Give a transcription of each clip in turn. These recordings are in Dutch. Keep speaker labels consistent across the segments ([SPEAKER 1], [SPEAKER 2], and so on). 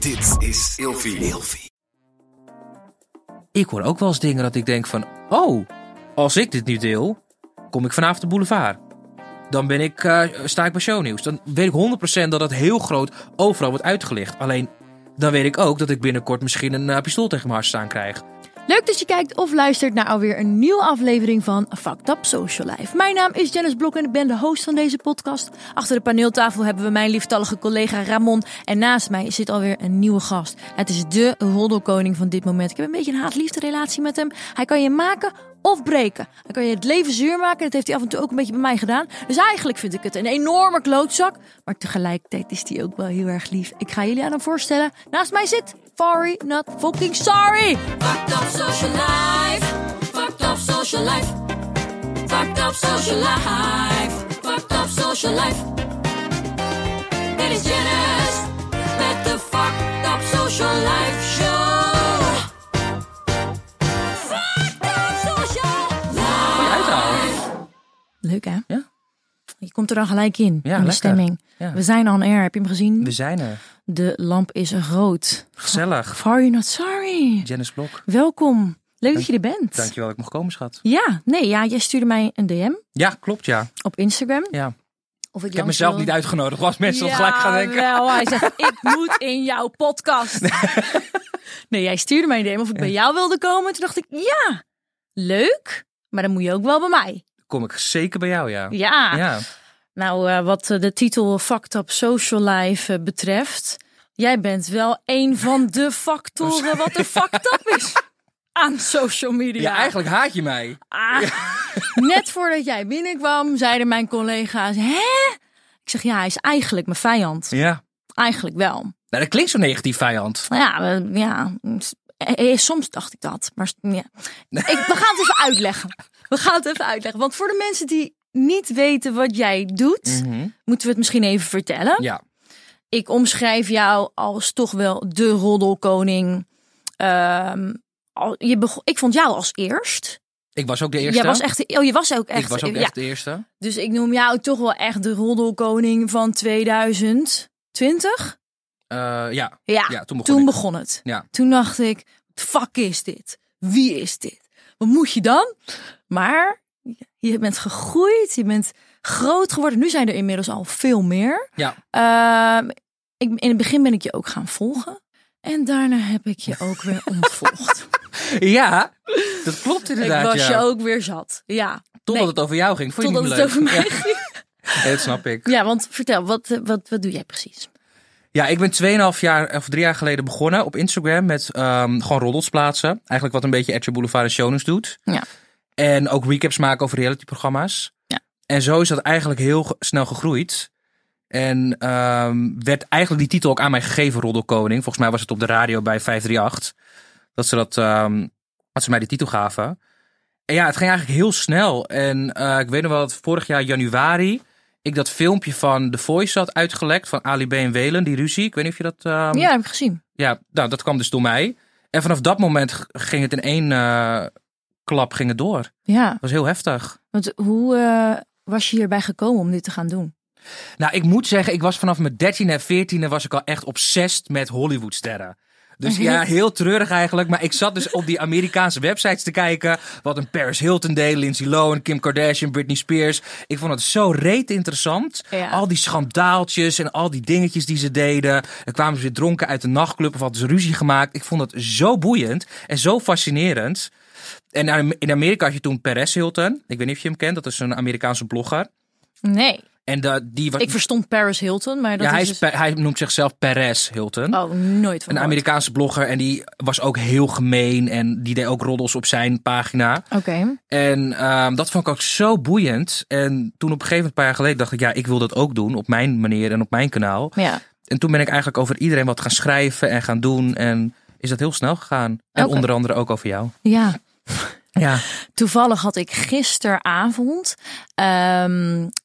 [SPEAKER 1] Dit is Ilfie.
[SPEAKER 2] Ik hoor ook wel eens dingen dat ik denk van... Oh, als ik dit niet deel, kom ik vanavond de boulevard. Dan sta ik bij shownieuws. Dan weet ik 100% dat dat heel groot overal wordt uitgelicht. Alleen, dan weet ik ook dat ik binnenkort misschien een pistool tegen mijn hart staan krijg.
[SPEAKER 3] Leuk dat je kijkt of luistert naar alweer een nieuwe aflevering van Fucked Up Social Life. Mijn naam is Janice Blok en ik ben de host van deze podcast. Achter de paneeltafel hebben we mijn lieftallige collega Ramon. En naast mij zit alweer een nieuwe gast. Het is de roddelkoning van dit moment. Ik heb een beetje een haat-liefde relatie met hem. Hij kan je maken of breken. Hij kan je het leven zuur maken. Dat heeft hij af en toe ook een beetje bij mij gedaan. Dus eigenlijk vind ik het een enorme klootzak. Maar tegelijkertijd is hij ook wel heel erg lief. Ik ga jullie aan hem voorstellen. Naast mij zit Fari Not Fucking Sorry.
[SPEAKER 4] Fucked up social life. Fucked up social life. Fucked up social life. Fucked up social life. Dit is Janice met de Fucked Up Social Life Show. Fucked Up Social Life.
[SPEAKER 3] Leuk hè?
[SPEAKER 2] Ja?
[SPEAKER 3] Je komt er dan gelijk in de
[SPEAKER 2] lekker.
[SPEAKER 3] stemming.
[SPEAKER 2] Ja.
[SPEAKER 3] We zijn on air. Heb je hem gezien?
[SPEAKER 2] We zijn er.
[SPEAKER 3] De lamp is rood.
[SPEAKER 2] Gezellig.
[SPEAKER 3] Fari Not Sorry.
[SPEAKER 2] Janice Blok.
[SPEAKER 3] Welkom. Leuk dat je er bent.
[SPEAKER 2] Dankjewel dat ik mocht komen, schat.
[SPEAKER 3] Ja, jij stuurde mij een DM
[SPEAKER 2] Ja, klopt, ja.
[SPEAKER 3] op Instagram.
[SPEAKER 2] Ja.
[SPEAKER 3] Of
[SPEAKER 2] Ik heb mezelf niet uitgenodigd. Was mensen
[SPEAKER 3] ja,
[SPEAKER 2] gelijk gaan denken.
[SPEAKER 3] Wel, hij zegt, ik moet in jouw podcast. Nee, jij stuurde mij een DM of ik bij jou wilde komen. Toen dacht ik, ja, leuk. Maar dan moet je ook wel bij mij.
[SPEAKER 2] Kom ik zeker bij jou, ja.
[SPEAKER 3] Ja. Nou, wat de titel Fucked Up Social Life betreft. Jij bent wel een van de factoren wat er fucked up is aan social media.
[SPEAKER 2] Ja, eigenlijk haat je mij.
[SPEAKER 3] Net voordat jij binnenkwam, zeiden mijn collega's, hè? Ik zeg, ja, hij is eigenlijk mijn vijand.
[SPEAKER 2] Ja.
[SPEAKER 3] Eigenlijk wel.
[SPEAKER 2] Nou, dat klinkt zo negatief, vijand.
[SPEAKER 3] Soms dacht ik dat. Maar ja. We gaan het even uitleggen. Want voor de mensen die niet weten wat jij doet, moeten we het misschien even vertellen.
[SPEAKER 2] Ja.
[SPEAKER 3] Ik omschrijf jou als toch wel de roddelkoning. Ik vond jou als eerst.
[SPEAKER 2] Ik was ook de eerste.
[SPEAKER 3] Je was ook echt.
[SPEAKER 2] Ik was ook echt de eerste.
[SPEAKER 3] Dus ik noem jou toch wel echt de roddelkoning van 2020.
[SPEAKER 2] Ja,
[SPEAKER 3] toen begon het.
[SPEAKER 2] Ja.
[SPEAKER 3] Toen dacht ik, fuck is dit? Wie is dit? Wat moet je dan? Maar je bent gegroeid, je bent groot geworden. Nu zijn er inmiddels al veel meer.
[SPEAKER 2] Ja.
[SPEAKER 3] In het begin ben ik je ook gaan volgen. En daarna heb ik je ook weer ontvolgd.
[SPEAKER 2] Ja, dat klopt inderdaad.
[SPEAKER 3] Ik was je ook weer zat. Ja.
[SPEAKER 2] Totdat het over jou ging. Vond je
[SPEAKER 3] Totdat
[SPEAKER 2] niet
[SPEAKER 3] het over mij
[SPEAKER 2] ging.
[SPEAKER 3] ging.
[SPEAKER 2] Ja, dat snap ik.
[SPEAKER 3] Ja, want vertel, wat doe jij precies?
[SPEAKER 2] Ja, ik ben 2,5 jaar of 3 jaar geleden begonnen op Instagram met gewoon roddels plaatsen. Eigenlijk wat een beetje Edge Boulevard en Shownieuws doet.
[SPEAKER 3] Ja.
[SPEAKER 2] En ook recaps maken over realityprogramma's.
[SPEAKER 3] Ja.
[SPEAKER 2] En zo is dat eigenlijk heel snel gegroeid. En werd eigenlijk die titel ook aan mij gegeven, Roddelkoning. Volgens mij was het op de radio bij 538. Dat ze mij die titel gaven. En ja, het ging eigenlijk heel snel. En ik weet nog wel dat vorig jaar januari ik dat filmpje van The Voice had uitgelekt. Van Ali B en Welen, die ruzie. Ik weet niet of je dat...
[SPEAKER 3] Ja, heb ik gezien.
[SPEAKER 2] Ja, nou, dat kwam dus door mij. En vanaf dat moment ging het in één klap door.
[SPEAKER 3] Ja.
[SPEAKER 2] Dat was heel heftig.
[SPEAKER 3] Want hoe was je hierbij gekomen om dit te gaan doen?
[SPEAKER 2] Nou, ik moet zeggen, ik was vanaf mijn 13e en 14e was ik al echt obsessed met Hollywoodsterren. Dus ja, heel treurig eigenlijk. Maar ik zat dus op die Amerikaanse websites te kijken. Wat een Paris Hilton deed, Lindsay Lohan, Kim Kardashian, Britney Spears. Ik vond het zo reet interessant.
[SPEAKER 3] Ja.
[SPEAKER 2] Al die schandaaltjes en al die dingetjes die ze deden. Er kwamen ze weer dronken uit de nachtclub of hadden ze ruzie gemaakt. Ik vond het zo boeiend en zo fascinerend. En in Amerika had je toen Paris Hilton. Ik weet niet of je hem kent. Dat is een Amerikaanse blogger.
[SPEAKER 3] Nee.
[SPEAKER 2] En
[SPEAKER 3] ik verstond Paris Hilton, maar dat is
[SPEAKER 2] hij noemt zichzelf Perez Hilton.
[SPEAKER 3] Oh, nooit van
[SPEAKER 2] een Amerikaanse blogger en die was ook heel gemeen en die deed ook roddels op zijn pagina.
[SPEAKER 3] Oké.
[SPEAKER 2] En dat vond ik ook zo boeiend. En toen op een gegeven moment, een paar jaar geleden, dacht ik, ja, ik wil dat ook doen op mijn manier en op mijn kanaal.
[SPEAKER 3] Ja.
[SPEAKER 2] En toen ben ik eigenlijk over iedereen wat gaan schrijven en gaan doen en is dat heel snel gegaan. En onder andere ook over jou.
[SPEAKER 3] Ja.
[SPEAKER 2] Ja.
[SPEAKER 3] Toevallig had ik gisteravond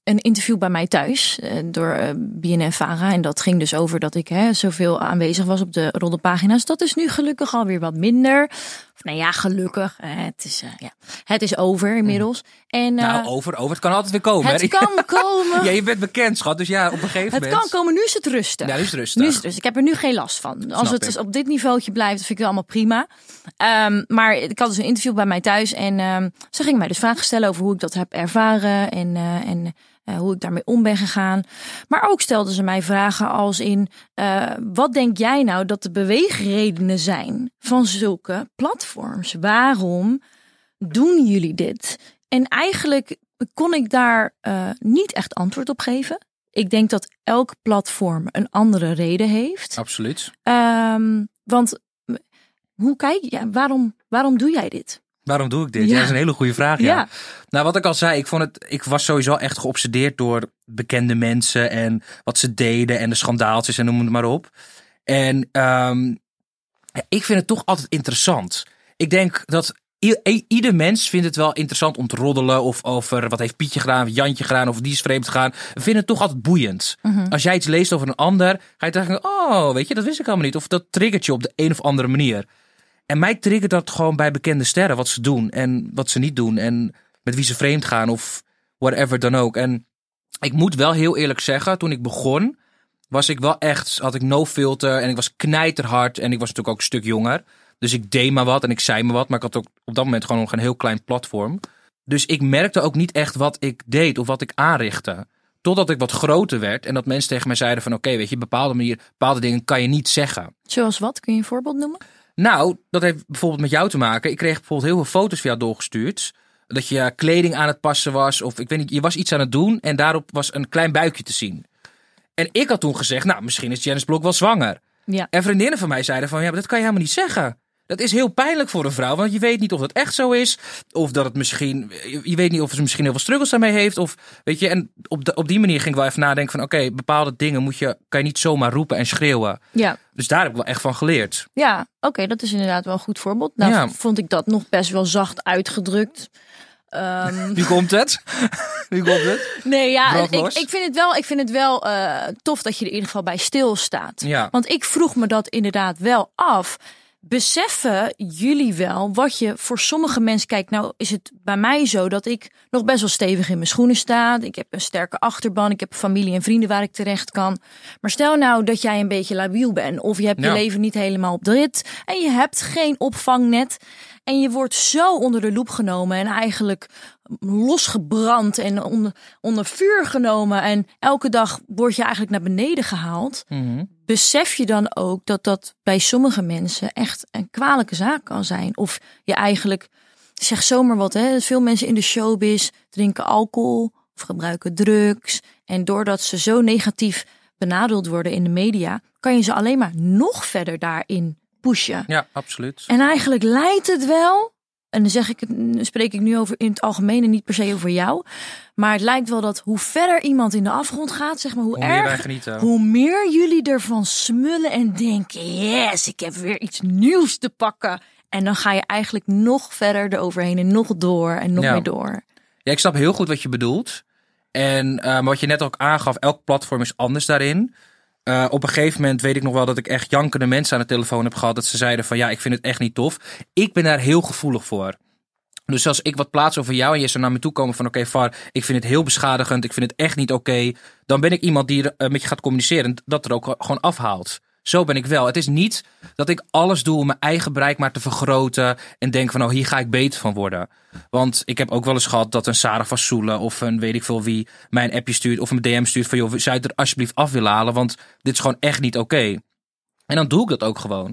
[SPEAKER 3] een interview bij mij thuis door BNN-Vara. En dat ging dus over dat ik zoveel aanwezig was op de roddelpagina's. Dat is nu gelukkig alweer wat minder. Of nou ja, gelukkig. Het is over inmiddels. En,
[SPEAKER 2] over. Het kan altijd weer komen.
[SPEAKER 3] Het kan komen.
[SPEAKER 2] Ja, je bent bekend, schat. Dus ja, op een gegeven moment.
[SPEAKER 3] Het kan komen. Nu is het rustig.
[SPEAKER 2] Ja, nu is het rustig.
[SPEAKER 3] Ik heb er nu geen last van. Als het op dit niveautje blijft, vind ik het allemaal prima. Maar ik had dus een interview bij mij thuis. En ze ging mij dus vragen stellen over hoe ik dat heb ervaren. En hoe ik daarmee om ben gegaan. Maar ook stelden ze mij vragen als in... wat denk jij nou dat de beweegredenen zijn van zulke platforms? Waarom doen jullie dit? En eigenlijk kon ik daar niet echt antwoord op geven. Ik denk dat elk platform een andere reden heeft.
[SPEAKER 2] Absoluut.
[SPEAKER 3] Want hoe kijk je? Waarom doe jij dit?
[SPEAKER 2] Waarom doe ik dit? Ja, dat is een hele goede vraag. Ja. Nou, wat ik al zei, ik was sowieso echt geobsedeerd door bekende mensen en wat ze deden en de schandaaltjes en noem het maar op. En ik vind het toch altijd interessant. Ik denk dat ieder mens vindt het wel interessant om te roddelen of over wat heeft Pietje gedaan, of Jantje gedaan, of die is vreemd gegaan. We vinden het toch altijd boeiend. Mm-hmm. Als jij iets leest over een ander, ga je denken, oh, weet je, dat wist ik allemaal niet. Of dat triggert je op de een of andere manier. En mij triggert dat gewoon bij bekende sterren, wat ze doen en wat ze niet doen. En met wie ze vreemd gaan of whatever dan ook. En ik moet wel heel eerlijk zeggen, toen ik begon, was ik wel echt, had ik no filter en ik was knijterhard. En ik was natuurlijk ook een stuk jonger. Dus ik deed maar wat en ik zei maar wat. Maar ik had ook op dat moment gewoon nog een heel klein platform. Dus ik merkte ook niet echt wat ik deed of wat ik aanrichtte. Totdat ik wat groter werd en dat mensen tegen mij zeiden van oké, weet je, bepaalde dingen kan je niet zeggen.
[SPEAKER 3] Zoals wat? Kun je een voorbeeld noemen?
[SPEAKER 2] Nou, dat heeft bijvoorbeeld met jou te maken. Ik kreeg bijvoorbeeld heel veel foto's via jou doorgestuurd. Dat je kleding aan het passen was. Of ik weet niet, je was iets aan het doen. En daarop was een klein buikje te zien. En ik had toen gezegd, nou, misschien is Janice Blok wel zwanger.
[SPEAKER 3] Ja.
[SPEAKER 2] En vriendinnen van mij zeiden van, ja, maar dat kan je helemaal niet zeggen. Dat is heel pijnlijk voor een vrouw. Want je weet niet of dat echt zo is. Of dat het misschien, je weet niet of ze misschien heel veel struggles daarmee heeft. Of, weet je, en op die manier ging ik wel even nadenken van, oké, bepaalde dingen kan je niet zomaar roepen en schreeuwen.
[SPEAKER 3] Ja.
[SPEAKER 2] Dus daar heb ik wel echt van geleerd.
[SPEAKER 3] Ja, oké, dat is inderdaad wel een goed voorbeeld. Nou, vond ik dat nog best wel zacht uitgedrukt.
[SPEAKER 2] Nu komt het.
[SPEAKER 3] Nee, ja, ik vind het wel tof dat je er in ieder geval bij stilstaat.
[SPEAKER 2] Ja.
[SPEAKER 3] Want ik vroeg me dat inderdaad wel af. Beseffen jullie wel wat je voor sommige mensen... Kijk, nou is het bij mij zo dat ik nog best wel stevig in mijn schoenen sta. Ik heb een sterke achterban. Ik heb familie en vrienden waar ik terecht kan. Maar stel nou dat jij een beetje labiel bent. Of je hebt je leven niet helemaal op de rit. En je hebt geen opvangnet. En je wordt zo onder de loep genomen. En eigenlijk losgebrand en onder vuur genomen. En elke dag word je eigenlijk naar beneden gehaald. Mm-hmm. Besef je dan ook dat dat bij sommige mensen echt een kwalijke zaak kan zijn? Of je eigenlijk, zeg zomaar wat, hè? Veel mensen in de showbiz drinken alcohol of gebruiken drugs. En doordat ze zo negatief benadeeld worden in de media, kan je ze alleen maar nog verder daarin pushen.
[SPEAKER 2] Ja, absoluut.
[SPEAKER 3] En eigenlijk lijkt het wel, en dan spreek ik nu over in het algemeen en niet per se over jou. Maar het lijkt wel dat hoe verder iemand in de afgrond gaat, zeg maar, hoe meer jullie ervan smullen en denken, yes, ik heb weer iets nieuws te pakken. En dan ga je eigenlijk nog verder eroverheen en nog door en nog meer door.
[SPEAKER 2] Ja, ik snap heel goed wat je bedoelt. En wat je net ook aangaf, elk platform is anders daarin. Op een gegeven moment weet ik nog wel dat ik echt jankende mensen aan de telefoon heb gehad. Dat ze zeiden van ja, ik vind het echt niet tof. Ik ben daar heel gevoelig voor. Dus als ik wat plaats over jou en je zou naar me toe komen van oké, Var, ik vind het heel beschadigend. Ik vind het echt niet oké. Dan ben ik iemand die met je gaat communiceren en dat er ook gewoon afhaalt. Zo ben ik wel. Het is niet dat ik alles doe om mijn eigen bereik maar te vergroten en denk van, oh, hier ga ik beter van worden. Want ik heb ook wel eens gehad dat een Sarah van Soelen of een weet ik veel wie mij een appje stuurt of een DM stuurt van, joh, zou je het er alsjeblieft af willen halen, want dit is gewoon echt niet oké. En dan doe ik dat ook gewoon.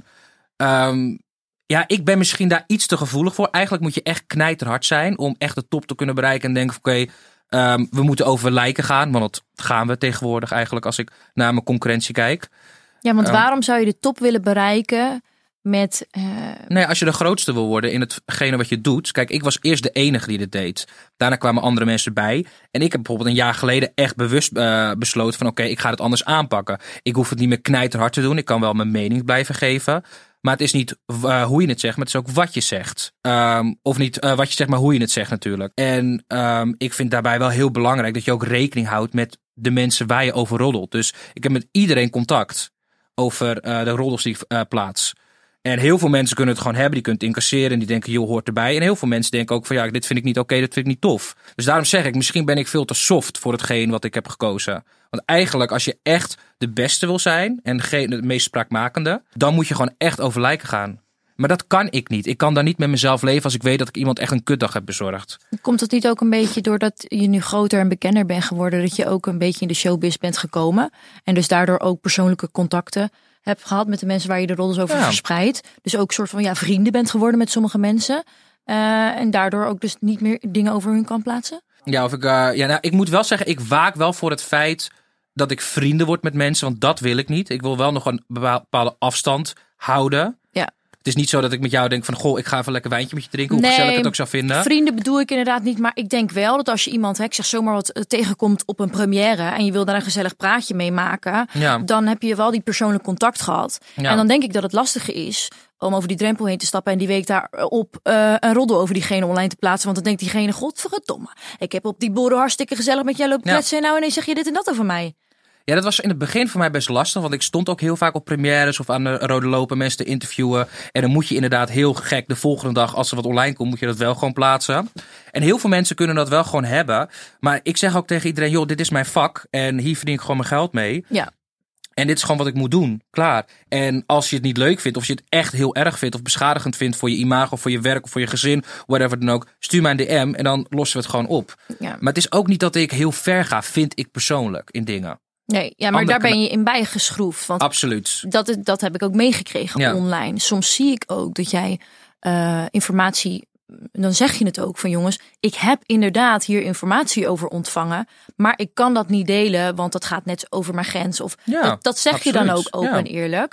[SPEAKER 2] Ja, ik ben misschien daar iets te gevoelig voor. Eigenlijk moet je echt knijterhard zijn om echt de top te kunnen bereiken en denken van, oké, we moeten over lijken gaan, want dat gaan we tegenwoordig eigenlijk als ik naar mijn concurrentie kijk.
[SPEAKER 3] Ja, want waarom zou je de top willen bereiken met...
[SPEAKER 2] Nee, als je de grootste wil worden in hetgene wat je doet. Kijk, ik was eerst de enige die dit deed. Daarna kwamen andere mensen bij. En ik heb bijvoorbeeld een jaar geleden echt bewust besloten van oké, ik ga het anders aanpakken. Ik hoef het niet meer knijterhard te doen. Ik kan wel mijn mening blijven geven. Maar het is niet hoe je het zegt, maar het is ook wat je zegt. Of niet wat je zegt, maar hoe je het zegt natuurlijk. En ik vind daarbij wel heel belangrijk dat je ook rekening houdt met de mensen waar je over roddelt. Dus ik heb met iedereen contact over de roddels die ik plaats. En heel veel mensen kunnen het gewoon hebben. Die kunnen het incasseren en die denken, joh, hoort erbij. En heel veel mensen denken ook van, ja, dit vind ik niet oké, dit vind ik niet tof. Dus daarom zeg ik, misschien ben ik veel te soft voor hetgeen wat ik heb gekozen. Want eigenlijk, als je echt de beste wil zijn en de meest spraakmakende, dan moet je gewoon echt over lijken gaan. Maar dat kan ik niet. Ik kan daar niet met mezelf leven als ik weet dat ik iemand echt een kutdag heb bezorgd.
[SPEAKER 3] Komt dat niet ook een beetje doordat je nu groter en bekender bent geworden, dat je ook een beetje in de showbiz bent gekomen en dus daardoor ook persoonlijke contacten hebt gehad met de mensen waar je de roddels over verspreidt. Dus ook een soort van vrienden bent geworden met sommige mensen. En daardoor ook dus niet meer dingen over hun kan plaatsen?
[SPEAKER 2] Ja, ik moet wel zeggen, ik waak wel voor het feit dat ik vrienden word met mensen. Want dat wil ik niet. Ik wil wel nog een bepaalde afstand houden.
[SPEAKER 3] Ja.
[SPEAKER 2] Het is niet zo dat ik met jou denk van, goh, ik ga even lekker wijntje met je drinken. Hoe gezellig ik het ook zou vinden.
[SPEAKER 3] Vrienden bedoel ik inderdaad niet. Maar ik denk wel dat als je iemand, ik zeg zomaar wat, tegenkomt op een première en je wil daar een gezellig praatje mee maken, dan heb je wel die persoonlijk contact gehad. Ja. En dan denk ik dat het lastige is om over die drempel heen te stappen en die week daarop een roddel over diegene online te plaatsen. Want dan denkt diegene, godverdomme, ik heb op die borrel hartstikke gezellig met jou lopen kletsen en nou ineens zeg je dit en dat over mij.
[SPEAKER 2] Ja, dat was in het begin voor mij best lastig. Want ik stond ook heel vaak op premières of aan de rode lopen mensen te interviewen. En dan moet je inderdaad heel gek de volgende dag, als er wat online komt, moet je dat wel gewoon plaatsen. En heel veel mensen kunnen dat wel gewoon hebben. Maar ik zeg ook tegen iedereen, joh, dit is mijn vak. En hier verdien ik gewoon mijn geld mee.
[SPEAKER 3] Ja.
[SPEAKER 2] En dit is gewoon wat ik moet doen. Klaar. En als je het niet leuk vindt, of je het echt heel erg vindt, of beschadigend vindt voor je imago, of voor je werk, of voor je gezin, whatever dan ook, stuur mij een DM en dan lossen we het gewoon op. Ja. Maar het is ook niet dat ik heel ver ga, vind ik persoonlijk, in dingen.
[SPEAKER 3] Nee, ja, maar daar ben je in bijgeschroefd. Want
[SPEAKER 2] absoluut.
[SPEAKER 3] Dat heb ik ook meegekregen online. Soms zie ik ook dat jij informatie, dan zeg je het ook van jongens, ik heb inderdaad hier informatie over ontvangen, maar ik kan dat niet delen, want dat gaat net over mijn grens. Of dat zeg absoluut. Je dan ook open en eerlijk.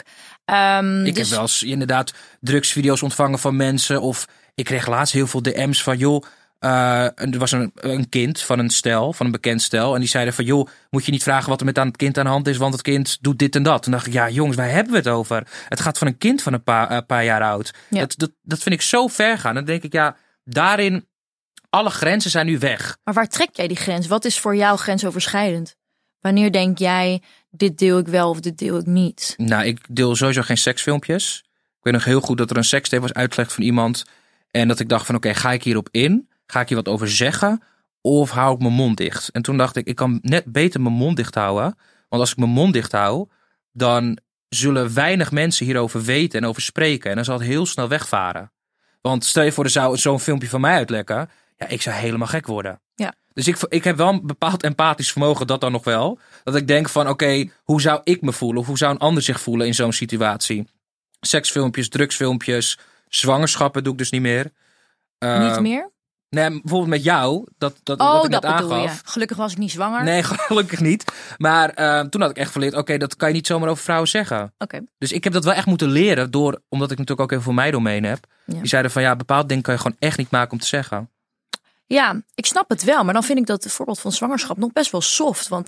[SPEAKER 2] Ik heb wel eens inderdaad drugsvideo's ontvangen van mensen, of ik kreeg laatst heel veel DM's van joh, er was een kind van een bekend stel. En die zeiden van, joh, moet je niet vragen wat er met aan het kind aan de hand is, want het kind doet dit en dat. Toen dacht ik, ja jongens, waar hebben we het over? Het gaat van een kind van een paar jaar oud. Ja. Dat vind ik zo ver gaan. Dan denk ik, ja, daarin, alle grenzen zijn nu weg.
[SPEAKER 3] Maar waar trek jij die grens? Wat is voor jou grensoverschrijdend? Wanneer denk jij, dit deel ik wel of dit deel ik niet?
[SPEAKER 2] Nou, ik deel sowieso geen seksfilmpjes. Ik weet nog heel goed dat er een sekstape was uitgelegd van iemand. En dat ik dacht van, oké, ga ik hierop in? Ga ik hier wat over zeggen? Of hou ik mijn mond dicht? En toen dacht ik kan net beter mijn mond dicht houden. Want als ik mijn mond dicht hou, dan zullen weinig mensen hierover weten en over spreken. En dan zal het heel snel wegvaren. Want stel je voor, er zou zo'n filmpje van mij uitlekken. Ja, ik zou helemaal gek worden.
[SPEAKER 3] Ja.
[SPEAKER 2] Dus ik heb wel een bepaald empathisch vermogen, dat dan nog wel. Dat ik denk van, oké, hoe zou ik me voelen? Of hoe zou een ander zich voelen in zo'n situatie? Seksfilmpjes, drugsfilmpjes, zwangerschappen doe ik dus niet meer.
[SPEAKER 3] Niet meer?
[SPEAKER 2] Nee, bijvoorbeeld met jou, dat ik net aangaf.
[SPEAKER 3] Je. Gelukkig was ik niet zwanger.
[SPEAKER 2] Nee, gelukkig niet. Maar toen had ik echt verleerd, oké, dat kan je niet zomaar over vrouwen zeggen.
[SPEAKER 3] Okay.
[SPEAKER 2] Dus ik heb dat wel echt moeten leren, omdat ik natuurlijk ook heel veel meiden omheen heb. Ja. Die zeiden van, ja, bepaald dingen kan je gewoon echt niet maken om te zeggen.
[SPEAKER 3] Ja, ik snap het wel. Maar dan vind ik dat het voorbeeld van zwangerschap nog best wel soft. Want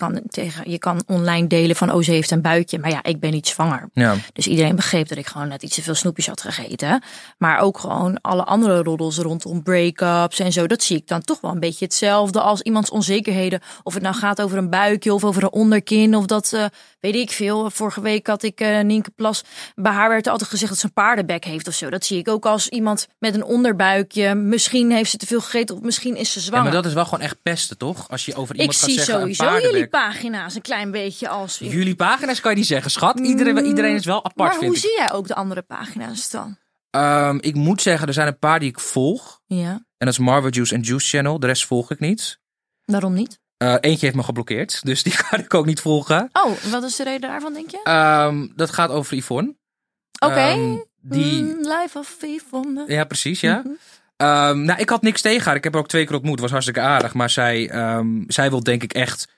[SPEAKER 3] je kan online delen van, ze heeft een buikje. Maar ja, ik ben niet zwanger. Ja. Dus iedereen begreep dat ik gewoon net iets te veel snoepjes had gegeten. Maar ook gewoon alle andere roddels rondom break-ups en zo. Dat zie ik dan toch wel een beetje hetzelfde als iemands onzekerheden. Of het nou gaat over een buikje of over een onderkin. Of dat, weet ik veel. Vorige week had ik Nienke Plas. Bij haar werd altijd gezegd dat ze een paardenbek heeft of zo. Dat zie ik ook als iemand met een onderbuikje. Misschien heeft ze te veel gegeten. Of misschien is ze zwanger.
[SPEAKER 2] Ja, maar dat is wel gewoon echt pesten, toch? Als je over iemand gaat zeggen,
[SPEAKER 3] ik zie sowieso jullie pagina's een klein beetje als...
[SPEAKER 2] Jullie pagina's kan je niet zeggen, schat. Iedereen is wel apart,
[SPEAKER 3] maar hoe zie jij ook de andere pagina's dan?
[SPEAKER 2] Ik moet zeggen, er zijn een paar die ik volg.
[SPEAKER 3] Ja.
[SPEAKER 2] En dat is Marvel Juice en Juice Channel. De rest volg ik niet.
[SPEAKER 3] Waarom niet?
[SPEAKER 2] Eentje heeft me geblokkeerd. Dus die kan ik ook niet volgen.
[SPEAKER 3] Oh, wat is de reden daarvan, denk je?
[SPEAKER 2] Dat gaat over Yvonne.
[SPEAKER 3] Oké. Life of Yvonne.
[SPEAKER 2] Ja, precies, ja. Mm-hmm. Nou, ik had niks tegen haar. Ik heb haar ook 2 keer ontmoet. Was hartstikke aardig. Maar zij wil denk ik echt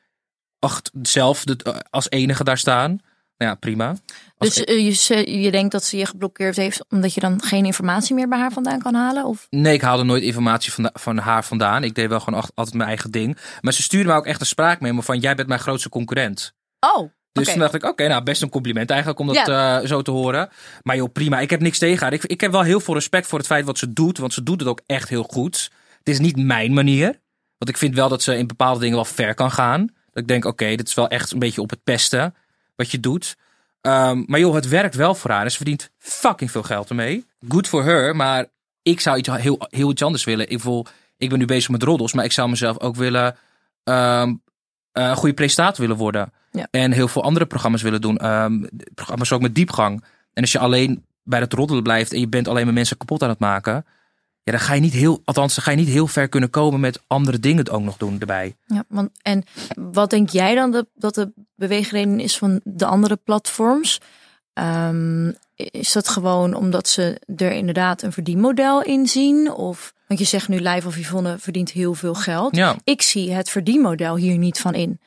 [SPEAKER 2] zelf als enige daar staan. Nou ja, prima.
[SPEAKER 3] Dus je denkt dat ze je geblokkeerd heeft omdat je dan geen informatie meer bij haar vandaan kan halen? Of?
[SPEAKER 2] Nee, ik haalde nooit informatie van haar vandaan. Ik deed wel gewoon altijd mijn eigen ding. Maar ze stuurde me ook echt een spraakmemo van, jij bent mijn grootste concurrent.
[SPEAKER 3] Oh.
[SPEAKER 2] Dus
[SPEAKER 3] Oké.
[SPEAKER 2] toen dacht ik, oké, nou best een compliment eigenlijk om dat zo te horen. Maar joh, prima. Ik heb niks tegen haar. Ik heb wel heel veel respect voor het feit wat ze doet. Want ze doet het ook echt heel goed. Het is niet mijn manier. Want ik vind wel dat ze in bepaalde dingen wel ver kan gaan. Dat ik denk, oké, dit is wel echt een beetje op het pesten wat je doet. Maar joh, het werkt wel voor haar. En ze verdient fucking veel geld ermee. Good for her, maar ik zou heel iets anders willen. Ik ben nu bezig met roddels, maar ik zou mezelf ook willen een goede presentator willen worden.
[SPEAKER 3] Ja.
[SPEAKER 2] En heel veel andere programma's willen doen. Programma's ook met diepgang. En als je alleen bij het roddelen blijft en je bent alleen maar mensen kapot aan het maken. Ja, dan ga je niet heel ver kunnen komen met andere dingen ook nog doen erbij.
[SPEAKER 3] Ja, en wat denk jij dan dat de beweegreden is van de andere platforms? Is dat gewoon omdat ze er inderdaad een verdienmodel in zien? Of, want je zegt nu Live of Yvonne verdient heel veel geld.
[SPEAKER 2] Ja.
[SPEAKER 3] Ik zie het verdienmodel hier niet van in.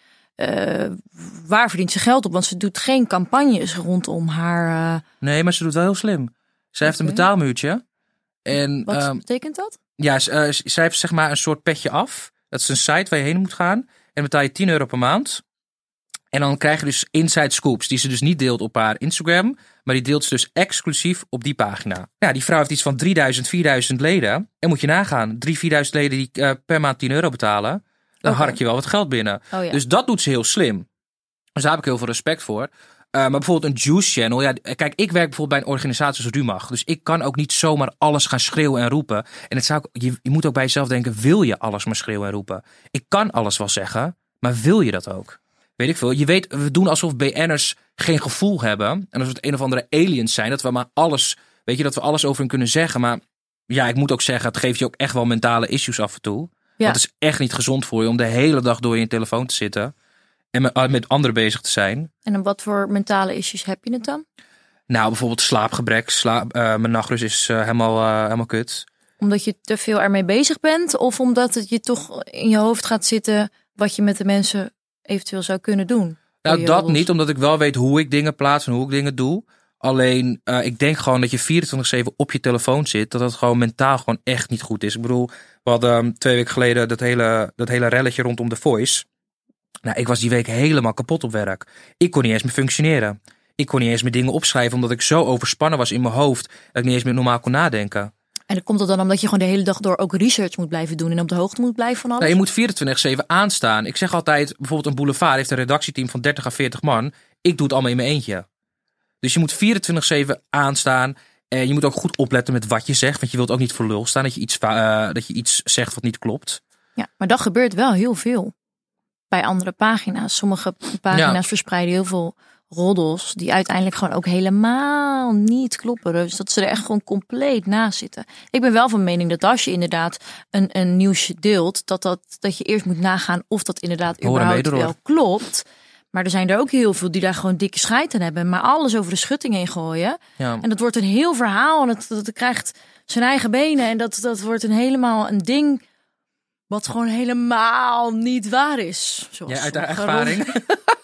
[SPEAKER 3] Waar verdient ze geld op? Want ze doet geen campagnes rondom haar...
[SPEAKER 2] Nee, maar ze doet wel heel slim. Zij heeft een betaalmuurtje. En,
[SPEAKER 3] Wat betekent dat?
[SPEAKER 2] Ja, zij heeft zeg maar een soort petje af. Dat is een site waar je heen moet gaan. En dan betaal je €10 per maand. En dan krijg je dus inside scoops. Die ze dus niet deelt op haar Instagram. Maar die deelt ze dus exclusief op die pagina. Ja, die vrouw heeft iets van 3000, 4000 leden. En moet je nagaan. 3.000, 4.000 leden die per maand €10 betalen. Dan hark je wel wat geld binnen.
[SPEAKER 3] Oh, ja.
[SPEAKER 2] Dus dat doet ze heel slim. Dus daar heb ik heel veel respect voor. Maar bijvoorbeeld een Juice Channel. Ja, kijk, ik werk bijvoorbeeld bij een organisatie als RUMAG. Dus ik kan ook niet zomaar alles gaan schreeuwen en roepen. En je moet ook bij jezelf denken, wil je alles maar schreeuwen en roepen? Ik kan alles wel zeggen, maar wil je dat ook? Weet ik veel. Je weet, we doen alsof BN'ers geen gevoel hebben. En alsof het een of andere aliens zijn. Dat we maar alles, weet je, dat we alles over hen kunnen zeggen. Maar ja, ik moet ook zeggen, het geeft je ook echt wel mentale issues af en toe.
[SPEAKER 3] Ja.
[SPEAKER 2] Want het is echt niet gezond voor je om de hele dag door je telefoon te zitten. En met anderen bezig te zijn.
[SPEAKER 3] En op wat voor mentale issues heb je het dan?
[SPEAKER 2] Nou, bijvoorbeeld slaapgebrek. Mijn nachtrust is helemaal kut.
[SPEAKER 3] Omdat je te veel ermee bezig bent? Of omdat het je toch in je hoofd gaat zitten wat je met de mensen eventueel zou kunnen doen?
[SPEAKER 2] Nou, dat niet, omdat ik wel weet hoe ik dingen plaats en hoe ik dingen doe. Alleen, ik denk gewoon dat je 24/7 op je telefoon zit. Dat het gewoon mentaal gewoon echt niet goed is. Ik bedoel, we hadden 2 weken geleden dat hele relletje rondom The Voice. Nou, ik was die week helemaal kapot op werk. Ik kon niet eens meer functioneren. Ik kon niet eens meer dingen opschrijven, omdat ik zo overspannen was in mijn hoofd. Dat ik niet eens meer normaal kon nadenken.
[SPEAKER 3] En dan komt het dan omdat je gewoon de hele dag door ook research moet blijven doen en op de hoogte moet blijven van alles?
[SPEAKER 2] Nou, je moet 24/7 aanstaan. Ik zeg altijd, bijvoorbeeld een boulevard heeft een redactieteam van 30 à 40 man. Ik doe het allemaal in mijn eentje. Dus je moet 24/7 aanstaan. En je moet ook goed opletten met wat je zegt. Want je wilt ook niet voor lul staan dat je iets zegt wat niet klopt.
[SPEAKER 3] Ja, maar dat gebeurt wel heel veel bij andere pagina's. Sommige pagina's verspreiden heel veel roddels die uiteindelijk gewoon ook helemaal niet kloppen. Dus dat ze er echt gewoon compleet naast zitten. Ik ben wel van mening dat als je inderdaad een nieuwsje deelt, dat je eerst moet nagaan of dat inderdaad überhaupt wel klopt. Maar er zijn er ook heel veel die daar gewoon dikke scheid aan hebben, maar alles over de schutting heen gooien.
[SPEAKER 2] Ja.
[SPEAKER 3] En dat wordt een heel verhaal en dat krijgt zijn eigen benen en dat wordt helemaal een ding wat gewoon helemaal niet waar is.
[SPEAKER 2] Ja, uit haar ervaring.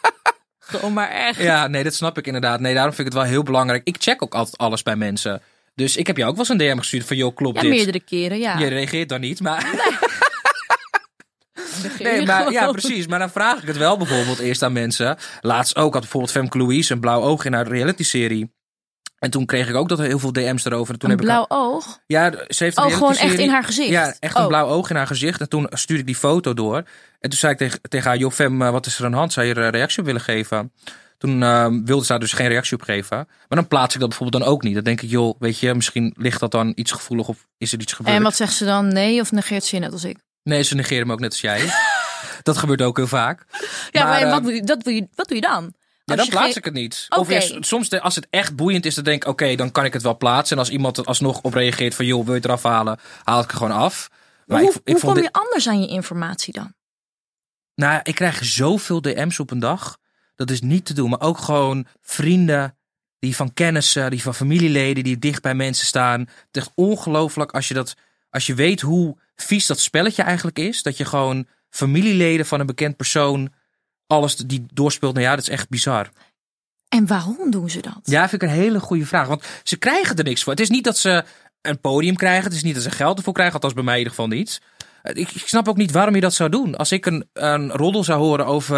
[SPEAKER 3] Gewoon maar echt.
[SPEAKER 2] Ja, nee, dat snap ik inderdaad. Nee, daarom vind ik het wel heel belangrijk. Ik check ook altijd alles bij mensen. Dus ik heb jou ook wel eens een DM gestuurd van, joh, klopt dit?
[SPEAKER 3] Meerdere keren, ja.
[SPEAKER 2] Je reageert dan niet, maar...
[SPEAKER 3] Nee,
[SPEAKER 2] maar ja, precies. Maar dan vraag ik het wel bijvoorbeeld eerst aan mensen. Laatst ook had bijvoorbeeld Femke Louise een blauw oog in haar reality-serie. En toen kreeg ik ook dat heel veel DM's erover. En toen
[SPEAKER 3] een
[SPEAKER 2] heb
[SPEAKER 3] blauw
[SPEAKER 2] ik
[SPEAKER 3] oog?
[SPEAKER 2] Ja, ze heeft een
[SPEAKER 3] gewoon echt in haar gezicht?
[SPEAKER 2] Ja, echt een blauw oog in haar gezicht. En toen stuurde ik die foto door. En toen zei ik tegen haar, joh Fem, wat is er aan de hand? Zou je er een reactie op willen geven? Toen wilde ze daar dus geen reactie op geven. Maar dan plaats ik dat bijvoorbeeld dan ook niet. Dan denk ik, joh, weet je, misschien ligt dat dan iets gevoelig of is er iets gebeurd.
[SPEAKER 3] En wat zegt ze dan? Nee, of negeert ze je net als ik?
[SPEAKER 2] Nee, ze negeren me ook net als jij. Dat gebeurt ook heel vaak.
[SPEAKER 3] Ja, maar wat doe je dan?
[SPEAKER 2] Ja, dan plaats ik het niet.
[SPEAKER 3] Okay.
[SPEAKER 2] Of soms als het echt boeiend is, dan denk ik, oké, dan kan ik het wel plaatsen. En als iemand er alsnog op reageert van, joh, wil je het eraf halen? Haal ik het gewoon af.
[SPEAKER 3] Maar hoe kom je anders aan je informatie dan?
[SPEAKER 2] Nou, ik krijg zoveel DM's op een dag. Dat is niet te doen. Maar ook gewoon vrienden, die van kennissen, die van familieleden, die dicht bij mensen staan. Het is echt ongelooflijk als je weet hoe vies dat spelletje eigenlijk is. Dat je gewoon familieleden van een bekend persoon alles die doorspeelt. Nou ja, dat is echt bizar.
[SPEAKER 3] En waarom doen ze dat?
[SPEAKER 2] Ja, vind ik een hele goede vraag. Want ze krijgen er niks voor. Het is niet dat ze een podium krijgen. Het is niet dat ze geld ervoor krijgen. Althans bij mij in ieder geval niet. Ik snap ook niet waarom je dat zou doen. Als ik een roddel zou horen over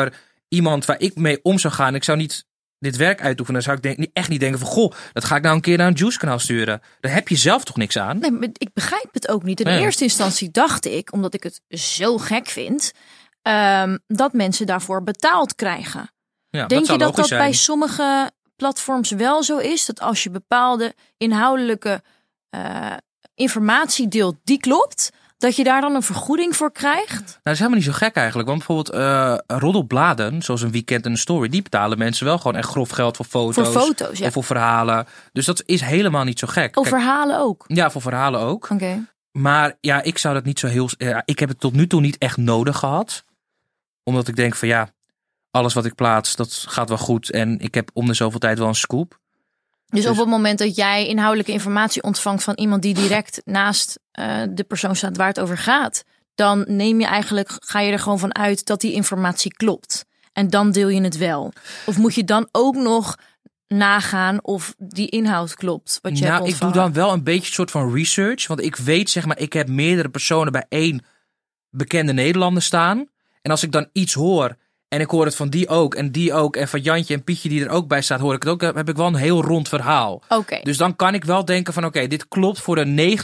[SPEAKER 2] iemand waar ik mee om zou gaan. Ik zou niet dit werk uitoefenen. Dan zou ik echt niet denken van, goh, dat ga ik nou een keer naar een Juice-kanaal sturen. Daar heb je zelf toch niks aan?
[SPEAKER 3] Nee, maar ik begrijp het ook niet. In eerste instantie dacht ik, omdat ik het zo gek vind, dat mensen daarvoor betaald krijgen.
[SPEAKER 2] Ja,
[SPEAKER 3] Denk je dat
[SPEAKER 2] zijn.
[SPEAKER 3] bij sommige platforms wel zo is? Dat als je bepaalde inhoudelijke informatie deelt die klopt, dat je daar dan een vergoeding voor krijgt?
[SPEAKER 2] Nou, dat is helemaal niet zo gek eigenlijk. Want bijvoorbeeld roddelbladen, zoals een Weekend en een Story, die betalen mensen wel gewoon echt grof geld voor foto's.
[SPEAKER 3] Voor foto's, ja.
[SPEAKER 2] Of voor verhalen. Dus dat is helemaal niet zo gek.
[SPEAKER 3] Oh, verhalen ook?
[SPEAKER 2] Ja, voor verhalen ook.
[SPEAKER 3] Oké.
[SPEAKER 2] Maar ja, ik zou dat niet zo heel... ik heb het tot nu toe niet echt nodig gehad. Omdat ik denk van ja, alles wat ik plaats, dat gaat wel goed. En ik heb om de zoveel tijd wel een scoop.
[SPEAKER 3] Dus op het moment dat jij inhoudelijke informatie ontvangt van iemand die direct naast de persoon staat waar het over gaat, dan ga je er gewoon van uit dat die informatie klopt. En dan deel je het wel. Of moet je dan ook nog nagaan of die inhoud klopt wat je hebt ontvangen?
[SPEAKER 2] Ik doe dan wel een beetje een soort van research. Want ik weet, zeg maar, ik heb meerdere personen bij één bekende Nederlander staan. En als ik dan iets hoor en ik hoor het van die ook en van Jantje en Pietje die er ook bij staat, hoor ik het ook, heb ik wel een heel rond verhaal.
[SPEAKER 3] Oké.
[SPEAKER 2] Dus dan kan ik wel denken van oké, dit klopt voor de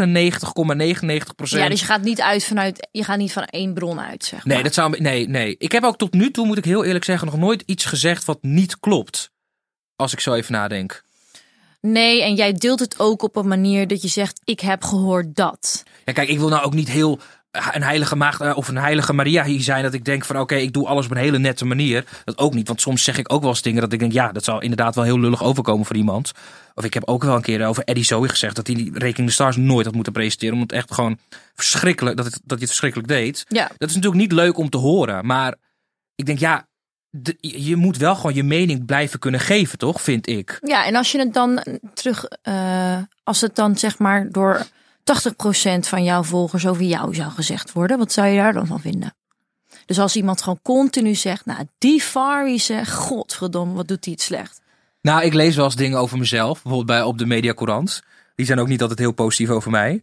[SPEAKER 2] 99,99%.
[SPEAKER 3] Ja, dus je gaat niet van één bron uit, zeg maar.
[SPEAKER 2] Nee. Ik heb ook tot nu toe, moet ik heel eerlijk zeggen, nog nooit iets gezegd wat niet klopt. Als ik zo even nadenk.
[SPEAKER 3] Nee, en jij deelt het ook op een manier dat je zegt, ik heb gehoord dat.
[SPEAKER 2] Ja, kijk, ik wil nou ook niet heel een heilige maagd of een heilige Maria hier zijn, dat ik denk van oké, ik doe alles op een hele nette manier. Dat ook niet, want soms zeg ik ook wel eens dingen dat ik denk, ja, dat zou inderdaad wel heel lullig overkomen voor iemand. Of ik heb ook wel een keer over Eddie Zoe gezegd dat hij die Rekening de Stars nooit had moeten presenteren, omdat het echt gewoon verschrikkelijk, dat hij het verschrikkelijk deed.
[SPEAKER 3] Ja.
[SPEAKER 2] Dat is natuurlijk niet leuk om te horen, maar ik denk ja, je moet wel gewoon je mening blijven kunnen geven, toch, vind ik.
[SPEAKER 3] Ja, en als je het dan als het dan zeg maar door 80% van jouw volgers over jou zou gezegd worden, wat zou je daar dan van vinden? Dus als iemand gewoon continu zegt, nou, die Fari zegt, godverdomme, wat doet hij het slecht?
[SPEAKER 2] Nou, ik lees wel eens dingen over mezelf, bijvoorbeeld op de Mediacourant. Die zijn ook niet altijd heel positief over mij.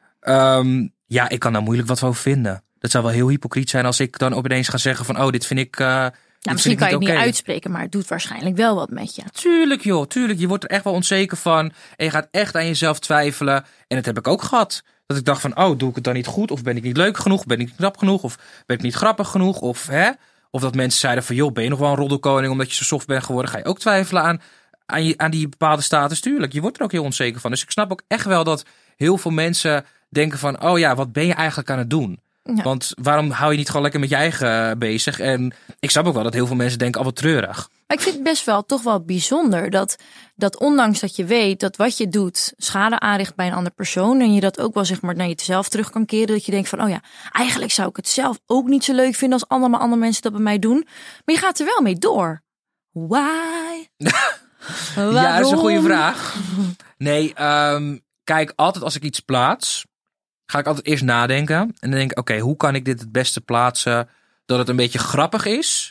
[SPEAKER 2] Ja, ik kan daar moeilijk wat over vinden. Dat zou wel heel hypocriet zijn als ik dan opeens ga zeggen van, oh, dit vind ik...
[SPEAKER 3] misschien kan je het niet uitspreken, maar het doet waarschijnlijk wel wat met je.
[SPEAKER 2] Tuurlijk joh, tuurlijk. Je wordt er echt wel onzeker van. En je gaat echt aan jezelf twijfelen. En dat heb ik ook gehad. Dat ik dacht van, oh, doe ik het dan niet goed? Of ben ik niet leuk genoeg? Ben ik niet knap genoeg? Of ben ik niet grappig genoeg? Of dat mensen zeiden van, joh, ben je nog wel een roddelkoning omdat je zo soft bent geworden? Ga je ook twijfelen aan die bepaalde status? Tuurlijk, je wordt er ook heel onzeker van. Dus ik snap ook echt wel dat heel veel mensen denken van, oh ja, wat ben je eigenlijk aan het doen? Ja. Want waarom hou je niet gewoon lekker met je eigen bezig? En ik snap ook wel dat heel veel mensen denken, wat treurig.
[SPEAKER 3] Maar ik vind het best wel toch wel bijzonder dat ondanks dat je weet dat wat je doet schade aanricht bij een andere persoon en je dat ook wel zeg maar naar jezelf terug kan keren, dat je denkt van, oh ja, eigenlijk zou ik het zelf ook niet zo leuk vinden als andere mensen dat bij mij doen. Maar je gaat er wel mee door. Why?
[SPEAKER 2] Ja, dat is een goede vraag. Nee, kijk, altijd als ik iets plaats, ga ik altijd eerst nadenken. En dan denk ik, oké, hoe kan ik dit het beste plaatsen dat het een beetje grappig is,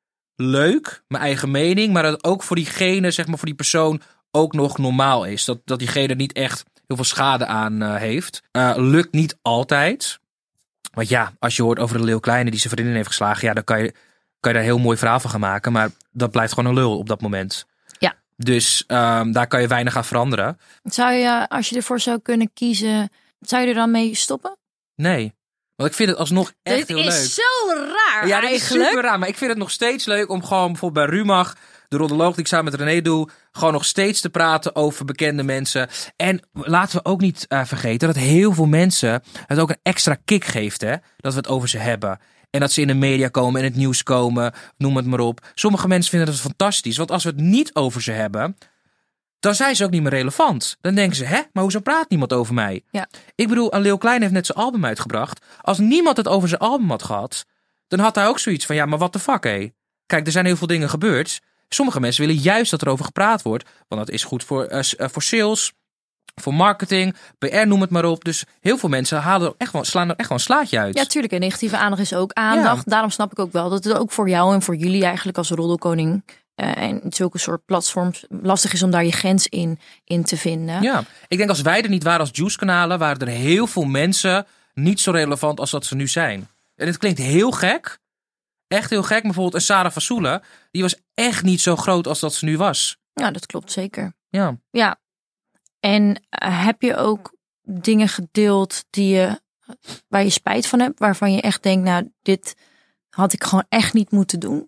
[SPEAKER 2] leuk, mijn eigen mening, maar dat het ook voor diegene, zeg maar voor die persoon, ook nog normaal is. Dat diegene niet echt heel veel schade aan heeft. Lukt niet altijd. Want ja, als je hoort over de Leeuw Kleine die zijn vriendin heeft geslagen, ja, dan kan je daar een heel mooi verhaal van gaan maken. Maar dat blijft gewoon een lul op dat moment.
[SPEAKER 3] Ja.
[SPEAKER 2] Dus daar kan je weinig aan veranderen.
[SPEAKER 3] Zou je, als je ervoor zou kunnen kiezen, zou je er dan mee stoppen?
[SPEAKER 2] Nee. Want ik vind het alsnog echt heel leuk.
[SPEAKER 3] Dit is zo raar
[SPEAKER 2] ja, dit
[SPEAKER 3] eigenlijk.
[SPEAKER 2] is super raar. Maar ik vind het nog steeds leuk om gewoon bijvoorbeeld bij Rumach, de roddeloog die ik samen met René doe, gewoon nog steeds te praten over bekende mensen. En laten we ook niet vergeten dat heel veel mensen het ook een extra kick geeft, hè, dat we het over ze hebben. En dat ze in de media komen, in het nieuws komen, noem het maar op. Sommige mensen vinden dat fantastisch. Want als we het niet over ze hebben, dan zijn ze ook niet meer relevant. Dan denken ze, maar hoezo praat niemand over mij?
[SPEAKER 3] Ja.
[SPEAKER 2] Ik bedoel, Leeuw Klein heeft net zijn album uitgebracht. Als niemand het over zijn album had gehad, dan had hij ook zoiets van, ja, maar what the fuck, hé? Kijk, er zijn heel veel dingen gebeurd. Sommige mensen willen juist dat er over gepraat wordt. Want dat is goed voor sales, voor marketing, PR, noem het maar op. Dus heel veel mensen slaan er echt wel een slaatje uit.
[SPEAKER 3] Ja, tuurlijk. En negatieve aandacht is ook aandacht. Ja. Daarom snap ik ook wel dat het ook voor jou en voor jullie eigenlijk als roddelkoning en zulke soort platforms lastig is om daar je grens in te vinden.
[SPEAKER 2] Ja, ik denk als wij er niet waren als Juice-kanalen, waren er heel veel mensen niet zo relevant als dat ze nu zijn. En het klinkt heel gek. echt heel gek. Bijvoorbeeld een Sarah Fassoula, die was echt niet zo groot als dat ze nu was.
[SPEAKER 3] Ja, dat klopt zeker.
[SPEAKER 2] Ja.
[SPEAKER 3] Ja. En heb je ook dingen gedeeld waar je spijt van hebt? Waarvan je echt denkt, nou, dit had ik gewoon echt niet moeten doen?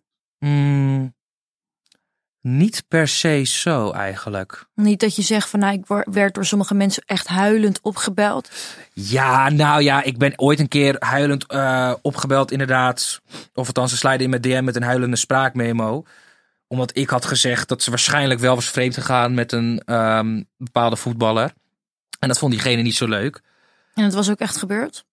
[SPEAKER 2] Niet per se zo eigenlijk.
[SPEAKER 3] Niet dat je zegt van, nou, ik werd door sommige mensen echt huilend opgebeld.
[SPEAKER 2] Ja, nou ja, ik ben ooit een keer huilend opgebeld inderdaad. Of althans, ze sliden in mijn DM met een huilende spraakmemo. Omdat ik had gezegd dat ze waarschijnlijk wel was vreemd gegaan met een bepaalde voetballer. En dat vond diegene niet zo leuk.
[SPEAKER 3] En het was ook echt gebeurd?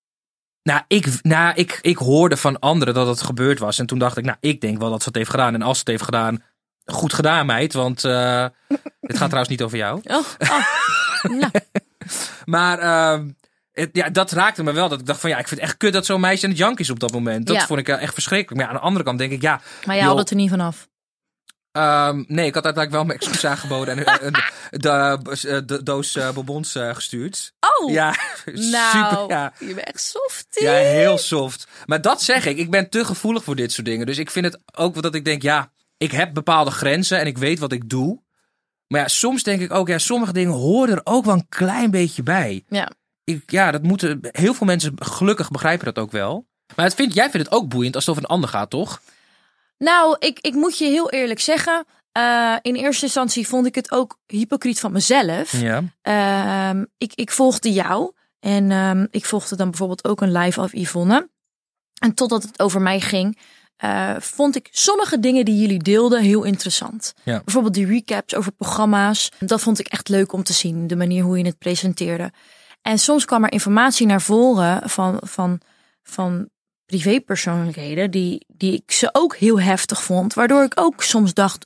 [SPEAKER 2] Ik hoorde van anderen dat het gebeurd was. En toen dacht ik, nou, ik denk wel dat ze het heeft gedaan. En als ze het heeft gedaan, goed gedaan, meid. Want dit gaat trouwens niet over jou.
[SPEAKER 3] Nou.
[SPEAKER 2] Maar dat raakte me wel. Dat ik dacht van, ja, ik vind het echt kut dat zo'n meisje aan het jank is op dat moment. Dat vond ik echt verschrikkelijk. Maar ja, aan de andere kant denk ik, ja.
[SPEAKER 3] Maar jij haalde het er niet vanaf?
[SPEAKER 2] Nee, ik had uiteindelijk wel mijn excuus aangeboden en de doos bonbons gestuurd.
[SPEAKER 3] Oh,
[SPEAKER 2] ja,
[SPEAKER 3] nou,
[SPEAKER 2] super. Ja.
[SPEAKER 3] Je bent echt softie.
[SPEAKER 2] Ja, heel soft. Maar dat zeg ik ben te gevoelig voor dit soort dingen. Dus ik vind het ook wel dat ik denk, ja, ik heb bepaalde grenzen en ik weet wat ik doe. Maar ja, soms denk ik ook, ja, sommige dingen horen er ook wel een klein beetje bij.
[SPEAKER 3] Ja.
[SPEAKER 2] Dat moeten heel veel mensen gelukkig begrijpen dat ook wel. Maar jij vindt het ook boeiend als het over een ander gaat, toch?
[SPEAKER 3] Nou, ik moet je heel eerlijk zeggen. In eerste instantie vond ik het ook hypocriet van mezelf.
[SPEAKER 2] Ja.
[SPEAKER 3] Ik volgde jou. En ik volgde dan bijvoorbeeld ook een live af Yvonne. En totdat het over mij ging, vond ik sommige dingen die jullie deelden heel interessant.
[SPEAKER 2] Ja.
[SPEAKER 3] Bijvoorbeeld die recaps over programma's. Dat vond ik echt leuk om te zien. De manier hoe je het presenteerde. En soms kwam er informatie naar voren van privépersoonlijkheden die ik ze ook heel heftig vond. Waardoor ik ook soms dacht,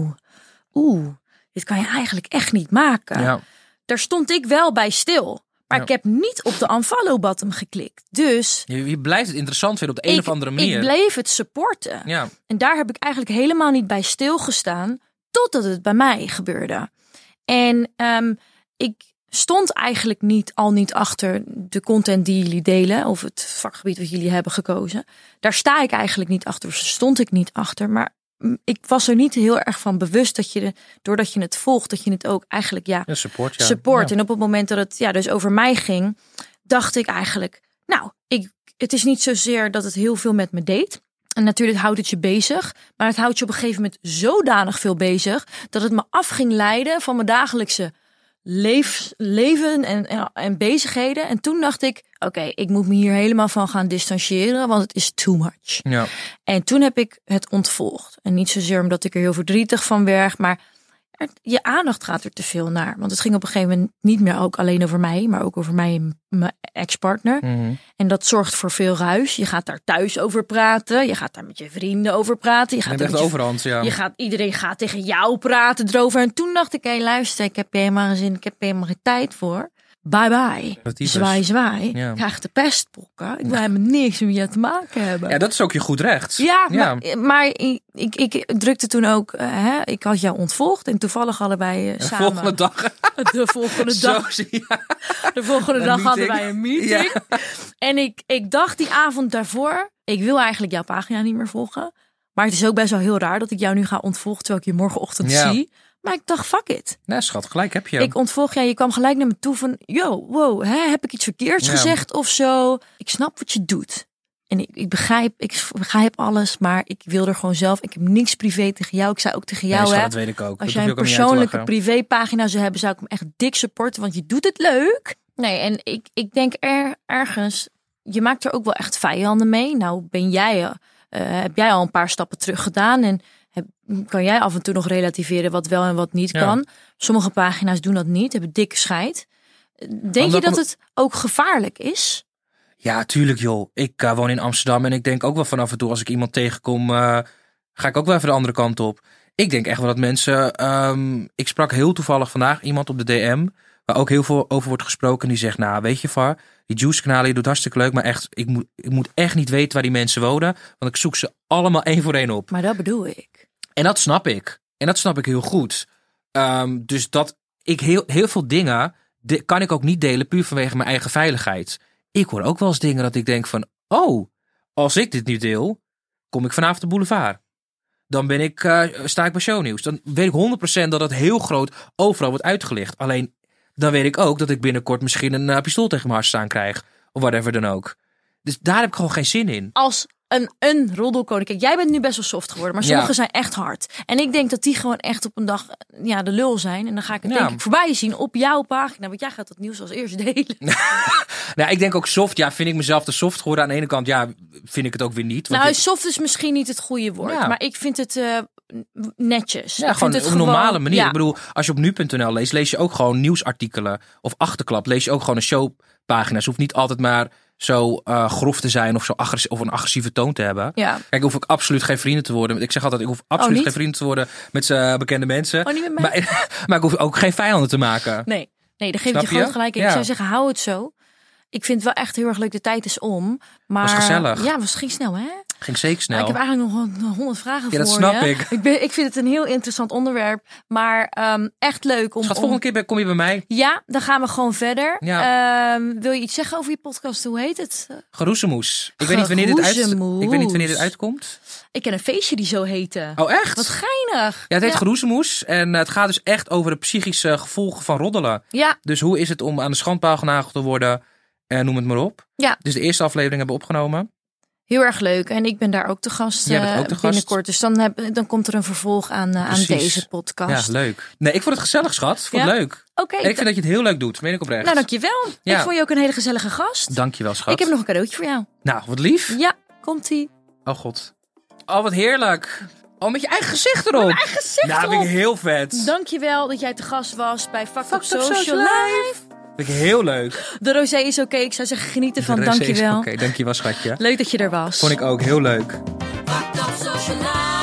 [SPEAKER 3] dit kan je eigenlijk echt niet maken.
[SPEAKER 2] Ja.
[SPEAKER 3] Daar stond ik wel bij stil. Maar ik heb niet op de unfollow button geklikt. Dus
[SPEAKER 2] Je blijft het interessant vinden op de een of andere manier.
[SPEAKER 3] Ik bleef het supporten.
[SPEAKER 2] Ja.
[SPEAKER 3] En daar heb ik eigenlijk helemaal niet bij stilgestaan. Totdat het bij mij gebeurde. En ik stond eigenlijk niet achter de content die jullie delen. Of het vakgebied wat jullie hebben gekozen. Daar sta ik eigenlijk niet achter. Stond ik niet achter. Maar ik was er niet heel erg van bewust dat doordat je het volgt, dat je het ook eigenlijk support.
[SPEAKER 2] Ja.
[SPEAKER 3] En op het moment dat het dus over mij ging, dacht ik eigenlijk, nou, het is niet zozeer dat het heel veel met me deed. En natuurlijk houdt het je bezig. Maar het houdt je op een gegeven moment zodanig veel bezig dat het me af ging leiden van mijn dagelijkse leven en bezigheden. En toen dacht ik, oké, ik moet me hier helemaal van gaan distancieren, want het is too much.
[SPEAKER 2] Ja.
[SPEAKER 3] En toen heb ik het ontvolgd. En niet zozeer omdat ik er heel verdrietig van werd, maar je aandacht gaat er te veel naar. Want het ging op een gegeven moment niet meer ook alleen over mij, maar ook over mij en mijn ex-partner.
[SPEAKER 2] Mm-hmm.
[SPEAKER 3] En dat zorgt voor veel ruis. Je gaat daar thuis over praten. Je gaat daar met je vrienden over praten. Je gaat
[SPEAKER 2] echt overhand, ja.
[SPEAKER 3] Iedereen gaat tegen jou praten erover. En toen dacht ik, luister, ik heb er helemaal geen zin, ik heb er helemaal geen tijd voor. Bye bye. Zwaai.
[SPEAKER 2] Ja.
[SPEAKER 3] Ik krijg de pestpokken. Ik wil helemaal niks met je te maken hebben.
[SPEAKER 2] Ja, dat is ook je goed recht.
[SPEAKER 3] Ja. Maar ik drukte toen ook, ik had jou ontvolgd en toevallig allebei samen.
[SPEAKER 2] De volgende dag.
[SPEAKER 3] De volgende dag.
[SPEAKER 2] Zo, ja.
[SPEAKER 3] De volgende dag hadden wij een meeting.
[SPEAKER 2] Ja.
[SPEAKER 3] En ik dacht die avond daarvoor, ik wil eigenlijk jouw pagina niet meer volgen. Maar het is ook best wel heel raar dat ik jou nu ga ontvolgen terwijl ik je morgenochtend zie. Maar ik dacht, fuck it.
[SPEAKER 2] Nee, schat, gelijk heb je.
[SPEAKER 3] Ik ontvolg je kwam gelijk naar me toe van, heb ik iets verkeerds gezegd of zo? Ik snap wat je doet. En ik begrijp alles, maar ik wil er gewoon zelf. Ik heb niks privé tegen jou. Ik zei ook tegen jou,
[SPEAKER 2] schat, dat weet ik ook.
[SPEAKER 3] Als
[SPEAKER 2] dat
[SPEAKER 3] jij een persoonlijke privépagina zou hebben, zou ik hem echt dik supporten, want je doet het leuk. Nee, en ik denk ergens, je maakt er ook wel echt vijanden mee. Nou, heb jij al een paar stappen terug gedaan en kan jij af en toe nog relativeren wat wel en wat niet kan. Sommige pagina's doen dat niet, hebben dikke scheid. Denk je dat het ook gevaarlijk is?
[SPEAKER 2] Ja, tuurlijk joh. Ik woon in Amsterdam en ik denk ook wel van af en toe als ik iemand tegenkom, ga ik ook wel even de andere kant op. Ik denk echt wel dat mensen, ik sprak heel toevallig vandaag iemand op de DM, waar ook heel veel over wordt gesproken. Die zegt, nou weet je Var, die Juice kanalen, je doet hartstikke leuk, maar echt, ik moet echt niet weten waar die mensen wonen, want ik zoek ze allemaal één voor één op.
[SPEAKER 3] Maar dat bedoel ik.
[SPEAKER 2] En dat snap ik. En dat snap ik heel goed. Dus dat ik heel veel dingen kan ik ook niet delen puur vanwege mijn eigen veiligheid. Ik hoor ook wel eens dingen dat ik denk van, als ik dit nu deel, kom ik vanavond de boulevard. Dan sta ik bij Shownieuws. Dan weet ik 100% dat het heel groot overal wordt uitgelicht. Alleen, dan weet ik ook dat ik binnenkort misschien een pistool tegen mijn hart staan krijg. Of whatever dan ook. Dus daar heb ik gewoon geen zin in.
[SPEAKER 3] Als een roddelkoning. Kijk, jij bent nu best wel soft geworden, maar sommigen zijn echt hard. En ik denk dat die gewoon echt op een dag de lul zijn. En dan ga ik het denk ik voorbij zien op jouw pagina. Want jij gaat dat nieuws als eerste delen.
[SPEAKER 2] Nou, ik denk ook soft. Ja, vind ik mezelf te soft geworden. Aan de ene kant, vind ik het ook weer niet. Want
[SPEAKER 3] soft is misschien niet het goede woord.
[SPEAKER 2] Ja.
[SPEAKER 3] Maar ik vind het netjes.
[SPEAKER 2] Ja,
[SPEAKER 3] ik
[SPEAKER 2] gewoon
[SPEAKER 3] vind
[SPEAKER 2] op
[SPEAKER 3] het
[SPEAKER 2] een normale manier.
[SPEAKER 3] Ja.
[SPEAKER 2] Ik bedoel, als je op nu.nl leest, lees je ook gewoon nieuwsartikelen. Of achterklap, lees je ook gewoon een showpagina. Het hoeft niet altijd maar zo grof te zijn of of een agressieve toon te hebben.
[SPEAKER 3] Ja.
[SPEAKER 2] Kijk, ik hoef ook absoluut geen vrienden te worden. Ik zeg altijd, ik hoef absoluut geen vrienden te worden met bekende mensen.
[SPEAKER 3] Oh, niet met mij?
[SPEAKER 2] Maar ik hoef ook geen vijanden te maken.
[SPEAKER 3] Nee, daar geef ik
[SPEAKER 2] Snap
[SPEAKER 3] je groot
[SPEAKER 2] je?
[SPEAKER 3] gelijk in.
[SPEAKER 2] Ja.
[SPEAKER 3] Ik zou zeggen, hou het zo. Ik vind het wel echt heel erg leuk. De tijd is om. Maar
[SPEAKER 2] Was gezellig.
[SPEAKER 3] Ja, ging snel, hè?
[SPEAKER 2] Ging zeker snel.
[SPEAKER 3] Nou, ik heb eigenlijk nog 100 vragen voor
[SPEAKER 2] dat
[SPEAKER 3] je.
[SPEAKER 2] snap ik.
[SPEAKER 3] Ik vind het een heel interessant onderwerp. Maar echt leuk om...
[SPEAKER 2] Schat, volgende keer kom je bij mij.
[SPEAKER 3] Ja, dan gaan we gewoon verder.
[SPEAKER 2] Ja.
[SPEAKER 3] Wil je iets zeggen over je podcast? Hoe heet het?
[SPEAKER 2] Geroezemoes. Ik weet niet wanneer dit uitkomt.
[SPEAKER 3] Ik ken een feestje die zo heette.
[SPEAKER 2] Oh, echt?
[SPEAKER 3] Wat geinig.
[SPEAKER 2] Ja, het heet Geroezemoes. En het gaat dus echt over de psychische gevolgen van roddelen.
[SPEAKER 3] Ja.
[SPEAKER 2] Dus hoe is het om aan de schandpaal genageld te worden? Noem het maar op.
[SPEAKER 3] Ja.
[SPEAKER 2] Dus de eerste aflevering hebben we opgenomen.
[SPEAKER 3] Heel erg leuk. En ik ben daar ook te gast
[SPEAKER 2] Jij bent ook te gast.
[SPEAKER 3] binnenkort. Dus dan komt er een vervolg aan deze podcast.
[SPEAKER 2] Ja, leuk. Nee, ik vond het gezellig, schat. Ik vond het leuk.
[SPEAKER 3] Oké.
[SPEAKER 2] En ik vind dat je het heel leuk doet. Meen ik oprecht.
[SPEAKER 3] Nou, dankjewel.
[SPEAKER 2] Ja.
[SPEAKER 3] Ik vond je ook een hele gezellige gast.
[SPEAKER 2] Dankjewel, schat.
[SPEAKER 3] Ik heb nog een cadeautje voor jou.
[SPEAKER 2] Nou, wat lief.
[SPEAKER 3] Ja, komt-ie.
[SPEAKER 2] Oh, god. Oh, wat heerlijk. Oh, met je eigen gezicht erop.
[SPEAKER 3] Mijn eigen gezicht
[SPEAKER 2] Nou, dat vind ik heel vet.
[SPEAKER 3] Dankjewel dat jij te gast was bij Fucked Up
[SPEAKER 2] Fucked Up
[SPEAKER 3] Social
[SPEAKER 2] Social
[SPEAKER 3] Life.
[SPEAKER 2] Vind ik heel leuk.
[SPEAKER 3] De rosé is oké. Ik zou zeggen, geniet ervan.
[SPEAKER 2] De rosé is
[SPEAKER 3] Dankjewel.
[SPEAKER 2] Oké, dankjewel, schatje.
[SPEAKER 3] Leuk dat je er was.
[SPEAKER 2] Vond ik ook heel leuk.
[SPEAKER 4] Fucked Up Social Life.